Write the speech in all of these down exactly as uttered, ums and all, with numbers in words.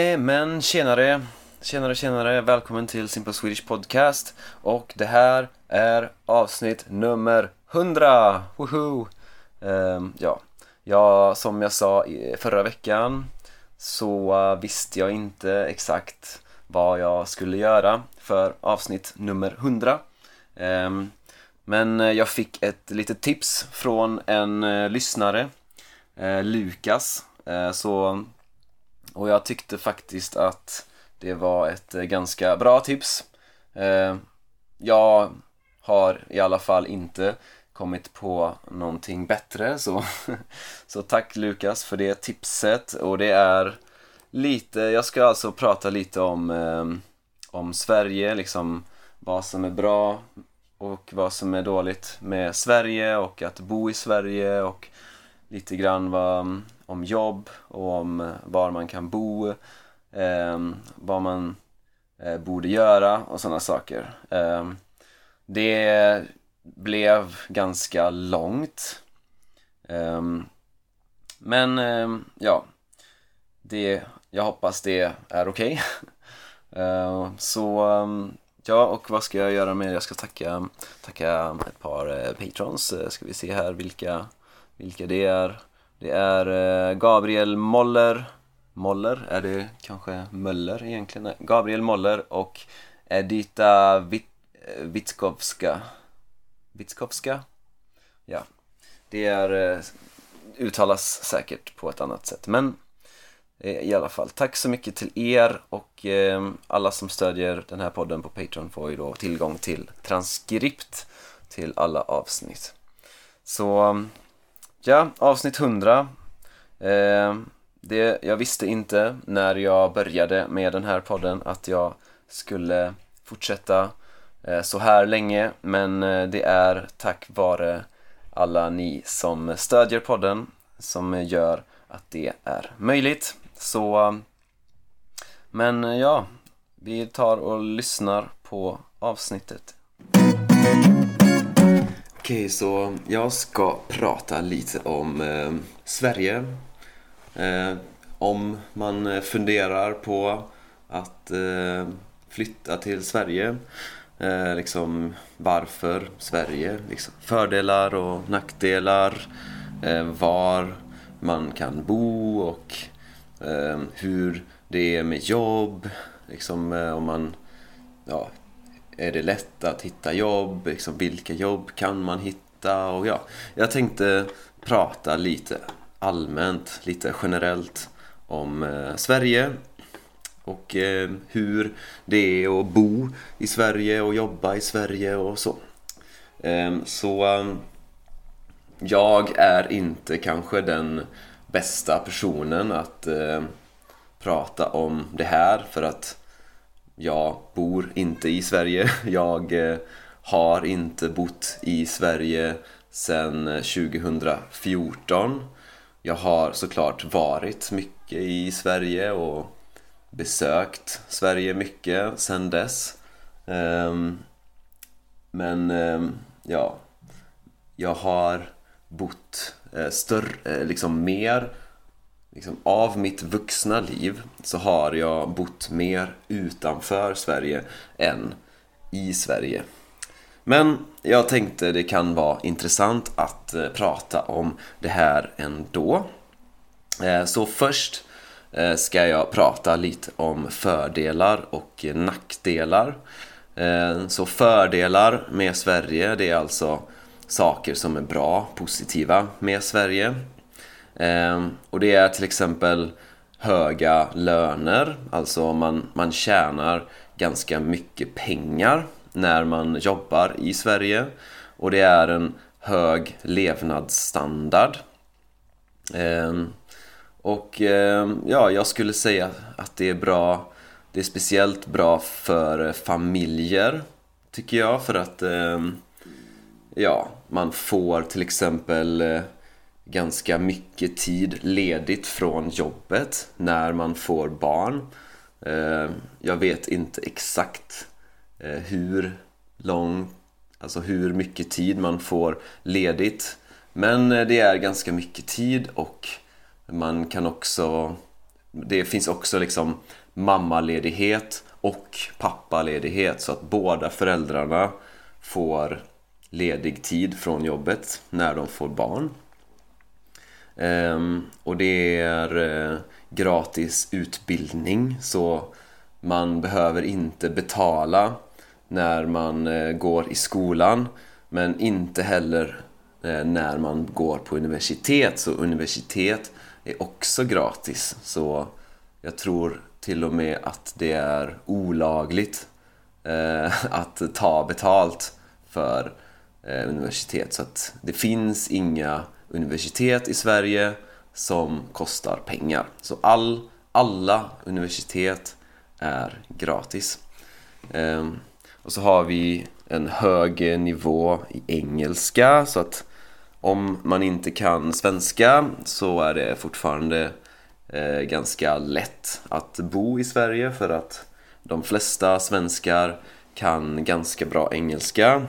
Nej, men tjenare, tjenare, tjenare, välkommen till Simple Swedish Podcast. Och det här är avsnitt nummer hundra. Woho! Um, ja, ja, som jag sa i förra veckan så uh, visste jag inte exakt vad jag skulle göra för avsnitt nummer hundra. Um, men jag fick ett litet tips från en uh, lyssnare, uh, Lukas. Uh, så... Och jag tyckte faktiskt att det var ett ganska bra tips. Eh, jag har i alla fall inte kommit på någonting bättre. Så, så tack Lukas för det tipset. Och det är lite, jag ska alltså prata lite om, eh, om Sverige. Liksom vad som är bra och vad som är dåligt med Sverige och att bo i Sverige. Och lite grann vad... om jobb och om var man kan bo, eh, vad man eh, borde göra och sådana saker. Eh, det blev ganska långt. Eh, men eh, ja, det, jag hoppas det är okej. Okay. eh, så ja, och vad ska jag göra med? Jag ska tacka, tacka ett par eh, patrons. Ska vi se här vilka, vilka det är. Det är Gabriel Moller. Moller, är det kanske Möller egentligen? Nej. Gabriel Moller och Edita Wit- Witkowska. Witkowska? Ja, det är uttalas säkert på ett annat sätt. Men i alla fall, tack så mycket till er. Och eh, alla som stödjer den här podden på Patreon får ju då tillgång till transkript till alla avsnitt. Så... ja, avsnitt hundra. Eh, det, jag visste inte när jag började med den här podden att jag skulle fortsätta eh, så här länge. Men eh, det är tack vare alla ni som stödjer podden som gör att det är möjligt. Så, men eh, ja, vi tar och lyssnar på avsnittet. Okej, så jag ska prata lite om eh, Sverige. Eh, om man funderar på att eh, flytta till Sverige. Eh, liksom varför Sverige. Liksom fördelar och nackdelar. Eh, var man kan bo och eh, hur det är med jobb. Liksom eh, om man... ja. Är det lätt att hitta jobb? Liksom, vilka jobb kan man hitta? Och ja, jag tänkte prata lite allmänt, lite generellt om eh, Sverige. Och eh, hur det är att bo i Sverige och jobba i Sverige och så. Eh, så eh, jag är inte kanske den bästa personen att eh, prata om det här. För att jag bor inte i Sverige. Jag eh, har inte bott i Sverige sedan tjugohundrafjorton. Jag har såklart varit mycket i Sverige och besökt Sverige mycket sedan dess. Um, men um, ja, jag har bott eh, större, eh, liksom mer... Liksom, av mitt vuxna liv så har jag bott mer utanför Sverige än i Sverige. Men jag tänkte det kan vara intressant att eh, prata om det här ändå. Eh, så först eh, ska jag prata lite om fördelar och nackdelar. Eh, så fördelar med Sverige, det är alltså saker som är bra, positiva med Sverige. Um, och det är till exempel höga löner. Alltså man, man tjänar ganska mycket pengar när man jobbar i Sverige. Och det är en hög levnadsstandard. um, Och um, ja, jag skulle säga att det är bra. Det är speciellt bra för familjer, tycker jag. För att um, ja, man får till exempel uh, ganska mycket tid ledigt från jobbet när man får barn. Jag vet inte exakt hur lång, alltså hur mycket tid man får ledigt. Men det är ganska mycket tid och man kan också det finns också liksom mammaledighet och pappaledighet, så att båda föräldrarna får ledig tid från jobbet när de får barn. Ehm, och det är eh, gratis utbildning, så man behöver inte betala när man eh, går i skolan, men inte heller eh, när man går på universitet. Så universitet är också gratis, så jag tror till och med att det är olagligt eh, att ta betalt för eh, universitet. Så att det finns inga universitet i Sverige som kostar pengar. Så all, alla universitet är gratis. Eh, och så har vi en hög nivå i engelska, så att om man inte kan svenska så är det fortfarande eh, ganska lätt att bo i Sverige, för att de flesta svenskar kan ganska bra engelska.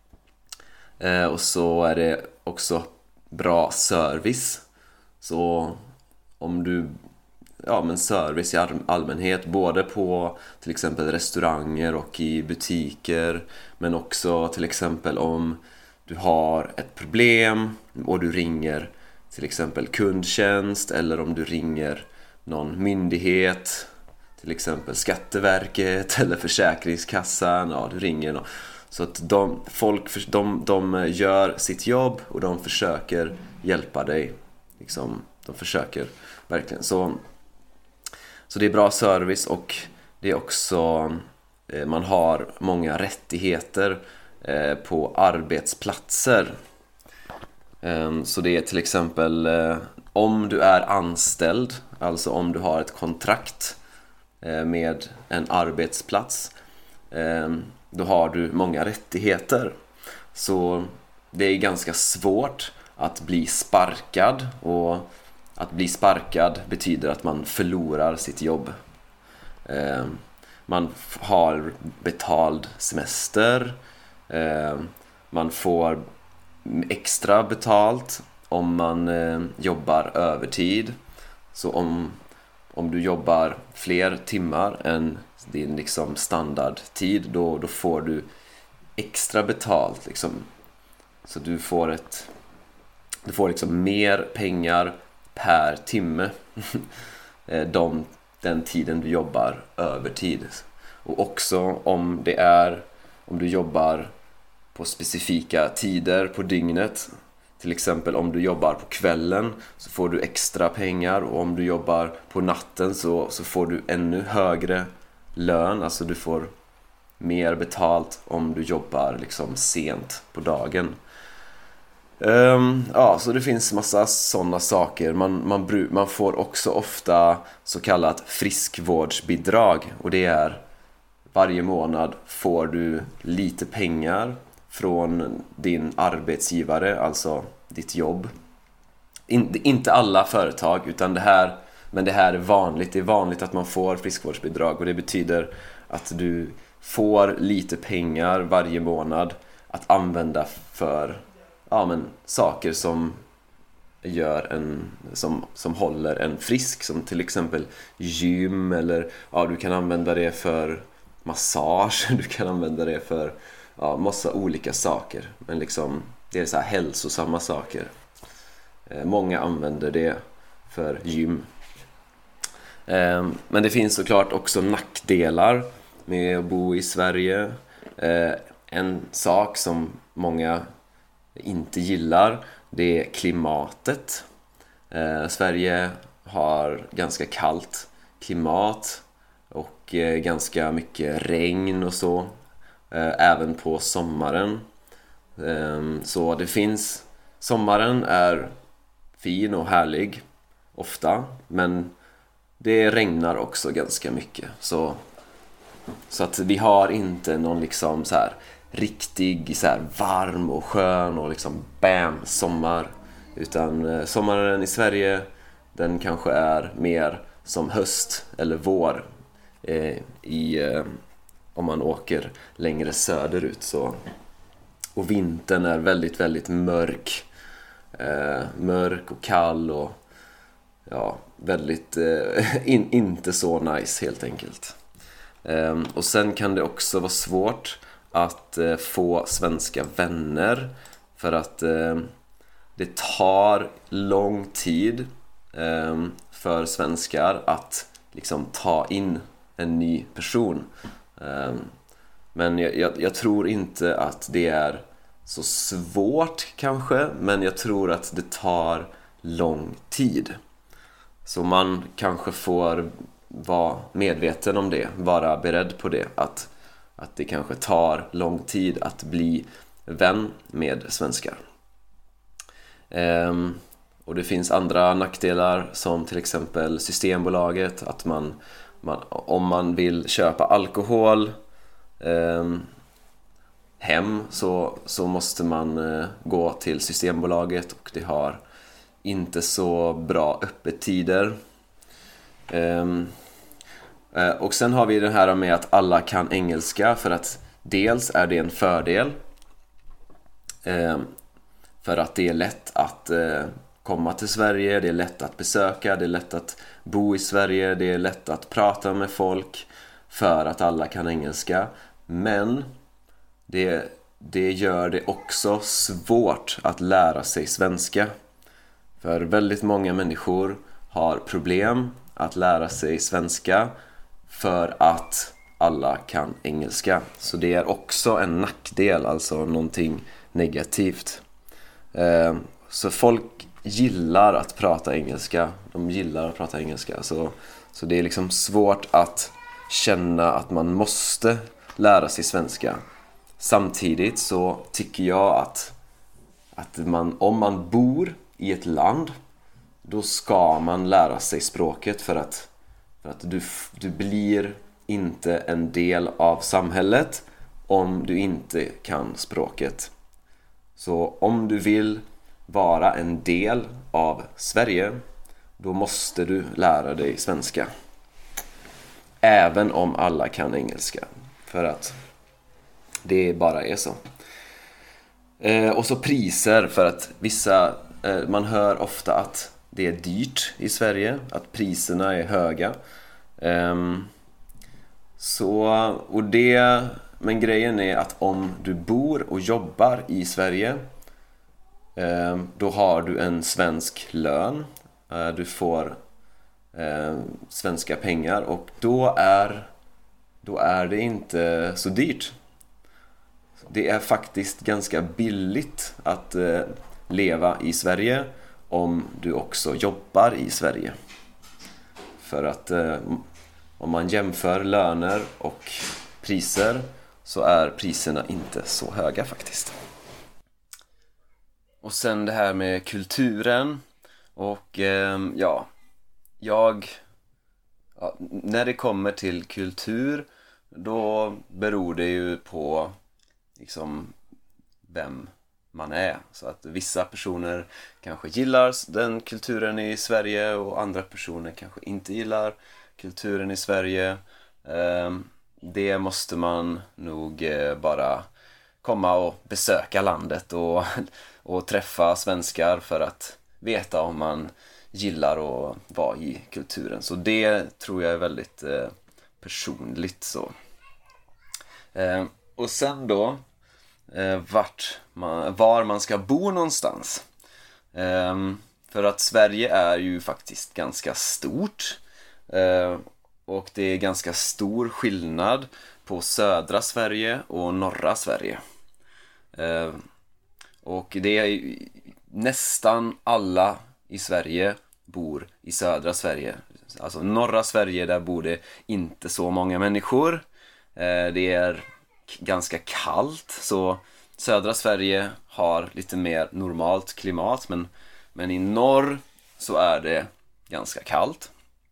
Eh, och så är det också bra service. Så om du ja, men service i allmänhet, både på till exempel restauranger och i butiker, men också till exempel om du har ett problem och du ringer till exempel kundtjänst, eller om du ringer någon myndighet, till exempel Skatteverket eller Försäkringskassan, ja, du ringer någon. Så att de, folk, de, de gör sitt jobb och de försöker hjälpa dig. Liksom, de försöker verkligen. Så, så det är bra service, och det är också, man har många rättigheter på arbetsplatser. Så det är till exempel om du är anställd, alltså om du har ett kontrakt med en arbetsplats, då har du många rättigheter. Så det är ganska svårt att bli sparkad, och att bli sparkad betyder att man förlorar sitt jobb. Man har betald semester, man får extra betalt om man jobbar övertid. Så om, om du jobbar fler timmar än din liksom standardtid, då, då får du extra betalt liksom. Så du får ett du får liksom mer pengar per timme de, den tiden du jobbar övertid. Och också om det är om du jobbar på specifika tider på dygnet, till exempel om du jobbar på kvällen så får du extra pengar, och om du jobbar på natten så, så får du ännu högre lön, alltså du får mer betalt om du jobbar liksom sent på dagen. Um, ja, så det finns massa sådana saker. Man, man, bru- man får också ofta så kallat friskvårdsbidrag, och det är varje månad får du lite pengar från din arbetsgivare, alltså ditt jobb. In, inte alla företag, utan det här, men det här är vanligt. Det är vanligt att man får friskvårdsbidrag, och det betyder att du får lite pengar varje månad att använda för ja, men, saker som gör en som, som håller en frisk, som till exempel gym, eller ja, du kan använda det för massage, du kan använda det för ja, massa olika saker, men liksom det är så här hälsosamma saker. eh, Många använder det för gym. eh, Men det finns såklart också nackdelar med att bo i Sverige. eh, En sak som många inte gillar, det är klimatet. eh, Sverige har ganska kallt klimat och eh, ganska mycket regn och så, eh, även på sommaren. eh, Så det finns, sommaren är fin och härlig ofta, men det regnar också ganska mycket. Så, så att vi har inte någon liksom så här riktig så här varm och skön och liksom bam, sommar. Utan eh, sommaren i Sverige, den kanske är mer som höst eller vår eh, i, eh, om man åker längre söderut. Så. Och vintern är väldigt, väldigt mörk. Eh, mörk och kall och ja, väldigt eh, in, inte så nice helt enkelt. Eh, och sen kan det också vara svårt att eh, få svenska vänner, för att eh, det tar lång tid eh, för svenskar att liksom ta in en ny person. Eh, men jag, jag, jag tror inte att det är så svårt kanske, men jag tror att det tar lång tid. Så man kanske får vara medveten om det, vara beredd på det, att, att det kanske tar lång tid att bli vän med svenskar. Ehm, och det finns andra nackdelar, som till exempel Systembolaget, att man, man om man vill köpa alkohol ehm, hem så, så måste man eh, gå till Systembolaget, och det har inte så bra öppettider. Um, uh, och sen har vi det här med att alla kan engelska, för att dels är det en fördel um, för att det är lätt att uh, komma till Sverige, det är lätt att besöka, det är lätt att bo i Sverige, det är lätt att prata med folk för att alla kan engelska. Men det, det gör det också svårt att lära sig svenska. För väldigt många människor har problem att lära sig svenska för att alla kan engelska. Så det är också en nackdel, alltså någonting negativt. Så folk gillar att prata engelska. De gillar att prata engelska. Så, så det är liksom svårt att känna att man måste lära sig svenska. Samtidigt så tycker jag att, att man, om man bor i ett land, då ska man lära sig språket, för att, för att du, du blir inte en del av samhället om du inte kan språket. Så om du vill vara en del av Sverige, då måste du lära dig svenska. Även om alla kan engelska, för att det bara är så. Eh, och så priser, för att vissa man hör ofta att det är dyrt i Sverige, att priserna är höga. Um, så, och det, men grejen är att om du bor och jobbar i Sverige, um, då har du en svensk lön. Uh, du får uh, svenska pengar, och då är, då är det inte så dyrt. Det är faktiskt ganska billigt att uh, leva i Sverige om du också jobbar i Sverige. För att eh, om man jämför löner och priser, så är priserna inte så höga faktiskt. Och sen det här med kulturen. Och eh, ja, jag ja, när det kommer till kultur, då beror det ju på liksom vem man är. Så att vissa personer kanske gillar den kulturen i Sverige, och andra personer kanske inte gillar kulturen i Sverige. Det måste man nog bara komma och besöka landet och, och träffa svenskar för att veta om man gillar att vara i kulturen. Så det tror jag är väldigt personligt så. Och sen då Eh, vart man, var man ska bo någonstans. Eh, för att Sverige är ju faktiskt ganska stort. Eh, och det är ganska stor skillnad på södra Sverige och norra Sverige. Eh, och det är ju, nästan alla i Sverige bor i södra Sverige. Alltså norra Sverige, där bor det inte så många människor. Eh, det är ganska kallt, så södra Sverige har lite mer normalt klimat, men, men i norr så är det ganska kallt.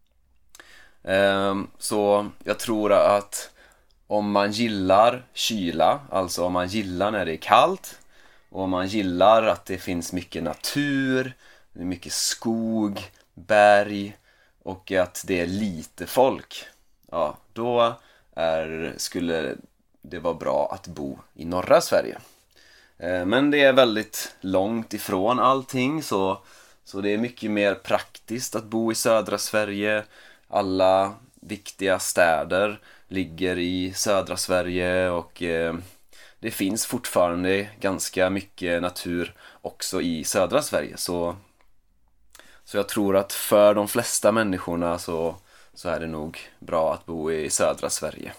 Ehm, så jag tror att om man gillar kyla, alltså om man gillar när det är kallt, och om man gillar att det finns mycket natur, mycket skog, berg, och att det är lite folk, ja, då är, skulle det vara bra att bo i norra Sverige. Men det är väldigt långt ifrån allting, så, Så det är mycket mer praktiskt att bo i södra Sverige. Alla viktiga städer ligger i södra Sverige och eh, det finns fortfarande ganska mycket natur också i södra Sverige. Så, så jag tror att för de flesta människorna så, så är det nog bra att bo i södra Sverige.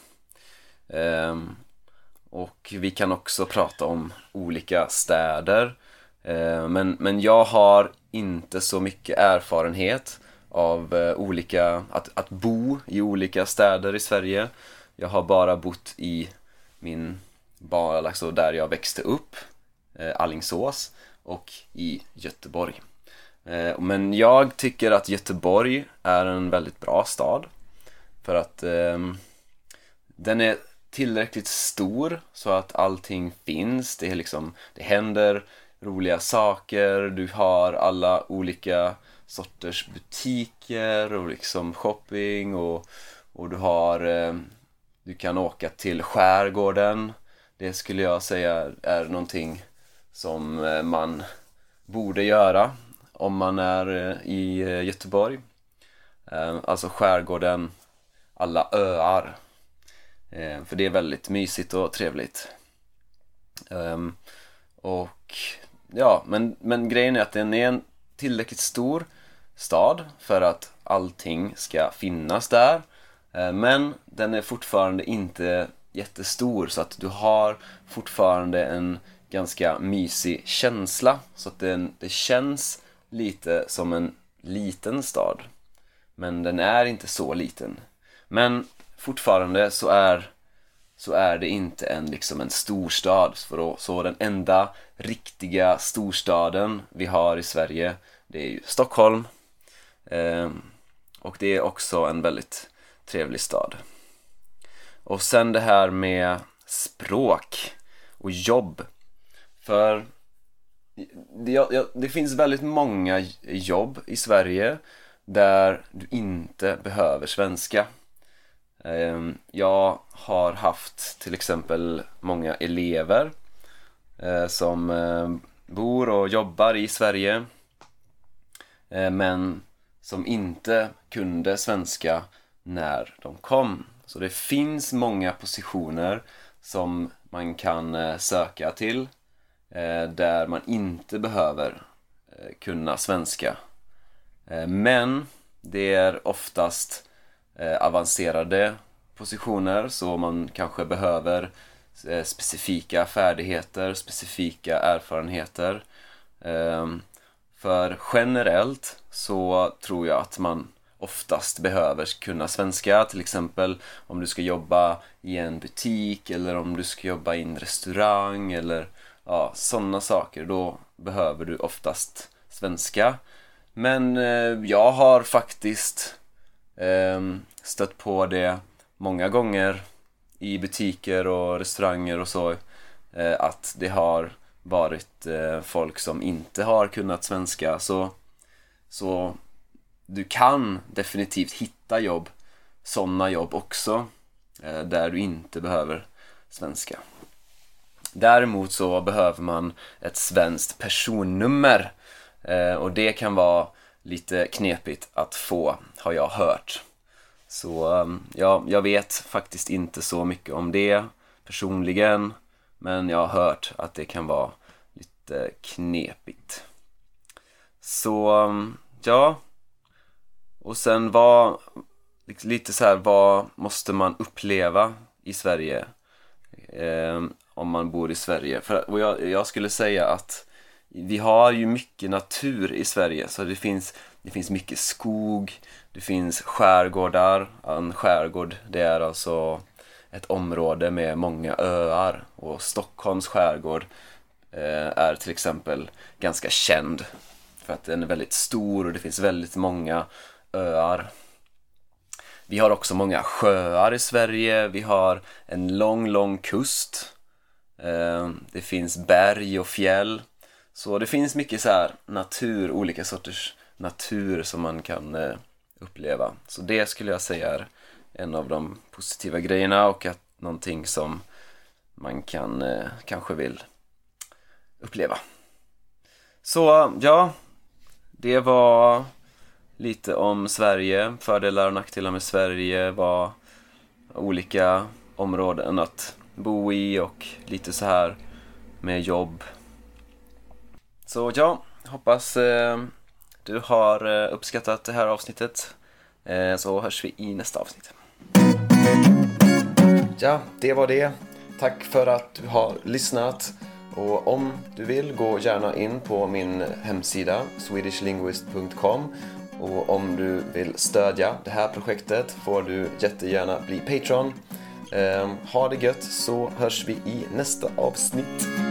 Um, och vi kan också prata om olika städer. Uh, men, men jag har inte så mycket erfarenhet av uh, olika, att, att bo i olika städer i Sverige. Jag har bara bott i min bar, alltså där jag växte upp, uh, Alingsås, och i Göteborg. Uh, men jag tycker att Göteborg är en väldigt bra stad. För att um, den är tillräckligt stor så att allting finns. Det är liksom, det händer roliga saker. Du har alla olika sorters butiker och liksom shopping och, och du har eh, du kan åka till skärgården. Det skulle jag säga är någonting som eh, man borde göra om man är eh, i eh, Göteborg. Eh, alltså skärgården, alla öar. Eh, för det är väldigt mysigt och trevligt. Um, och ja, men, men grejen är att den är en tillräckligt stor stad för att allting ska finnas där. Eh, men den är fortfarande inte jättestor så att du har fortfarande en ganska mysig känsla. Så att den, det känns lite som en liten stad. Men den är inte så liten. Men fortfarande så är, så är det inte en, liksom en storstad. Så, så den enda riktiga storstaden vi har i Sverige, det är ju Stockholm. Eh, och det är också en väldigt trevlig stad. Och sen det här med språk och jobb. För det, ja, det finns väldigt många jobb i Sverige där du inte behöver svenska. Jag har haft till exempel många elever som bor och jobbar i Sverige men som inte kunde svenska när de kom. Så det finns många positioner som man kan söka till där man inte behöver kunna svenska. Men det är oftast avancerade positioner så man kanske behöver specifika färdigheter, specifika erfarenheter. För generellt så tror jag att man oftast behöver kunna svenska. Till exempel om du ska jobba i en butik eller om du ska jobba i en restaurang eller ja, sådana saker. Då behöver du oftast svenska. Men eh, jag har faktiskt eh, stött på det många gånger i butiker och restauranger och så. Eh, att det har varit eh, folk som inte har kunnat svenska. Så, så du kan definitivt hitta jobb, sådana jobb också, eh, där du inte behöver svenska. Däremot så behöver man ett svenskt personnummer. Eh, och det kan vara lite knepigt att få, har jag hört. Så ja, jag vet faktiskt inte så mycket om det personligen. Men jag har hört att det kan vara lite knepigt. Så ja. Och sen vad, lite så här, vad måste man uppleva i Sverige eh, om man bor i Sverige? För och jag, jag skulle säga att vi har ju mycket natur i Sverige. Så det finns, det finns mycket skog, det finns skärgårdar. En skärgård, det är alltså ett område med många öar. Och Stockholms skärgård eh, är till exempel ganska känd för att den är väldigt stor och det finns väldigt många öar. Vi har också många sjöar i Sverige. Vi har en lång, lång kust. Eh, det finns berg och fjäll. Så det finns mycket så här natur, olika sorters natur som man kan eh, uppleva. Så det skulle jag säga är en av de positiva grejerna och att någonting som man kan eh, kanske vill uppleva. Så ja, det var lite om Sverige, fördelar och nackdelar med Sverige, vad olika områden att bo i och lite så här med jobb. Så ja, hoppas eh, du har eh, uppskattat det här avsnittet. Eh, så hörs vi i nästa avsnitt. Ja, det var det. Tack för att du har lyssnat. Och om du vill, gå gärna in på min hemsida swedish linguist punkt com. Och om du vill stödja det här projektet får du jättegärna bli Patreon. Eh, ha det gött, så hörs vi i nästa avsnitt.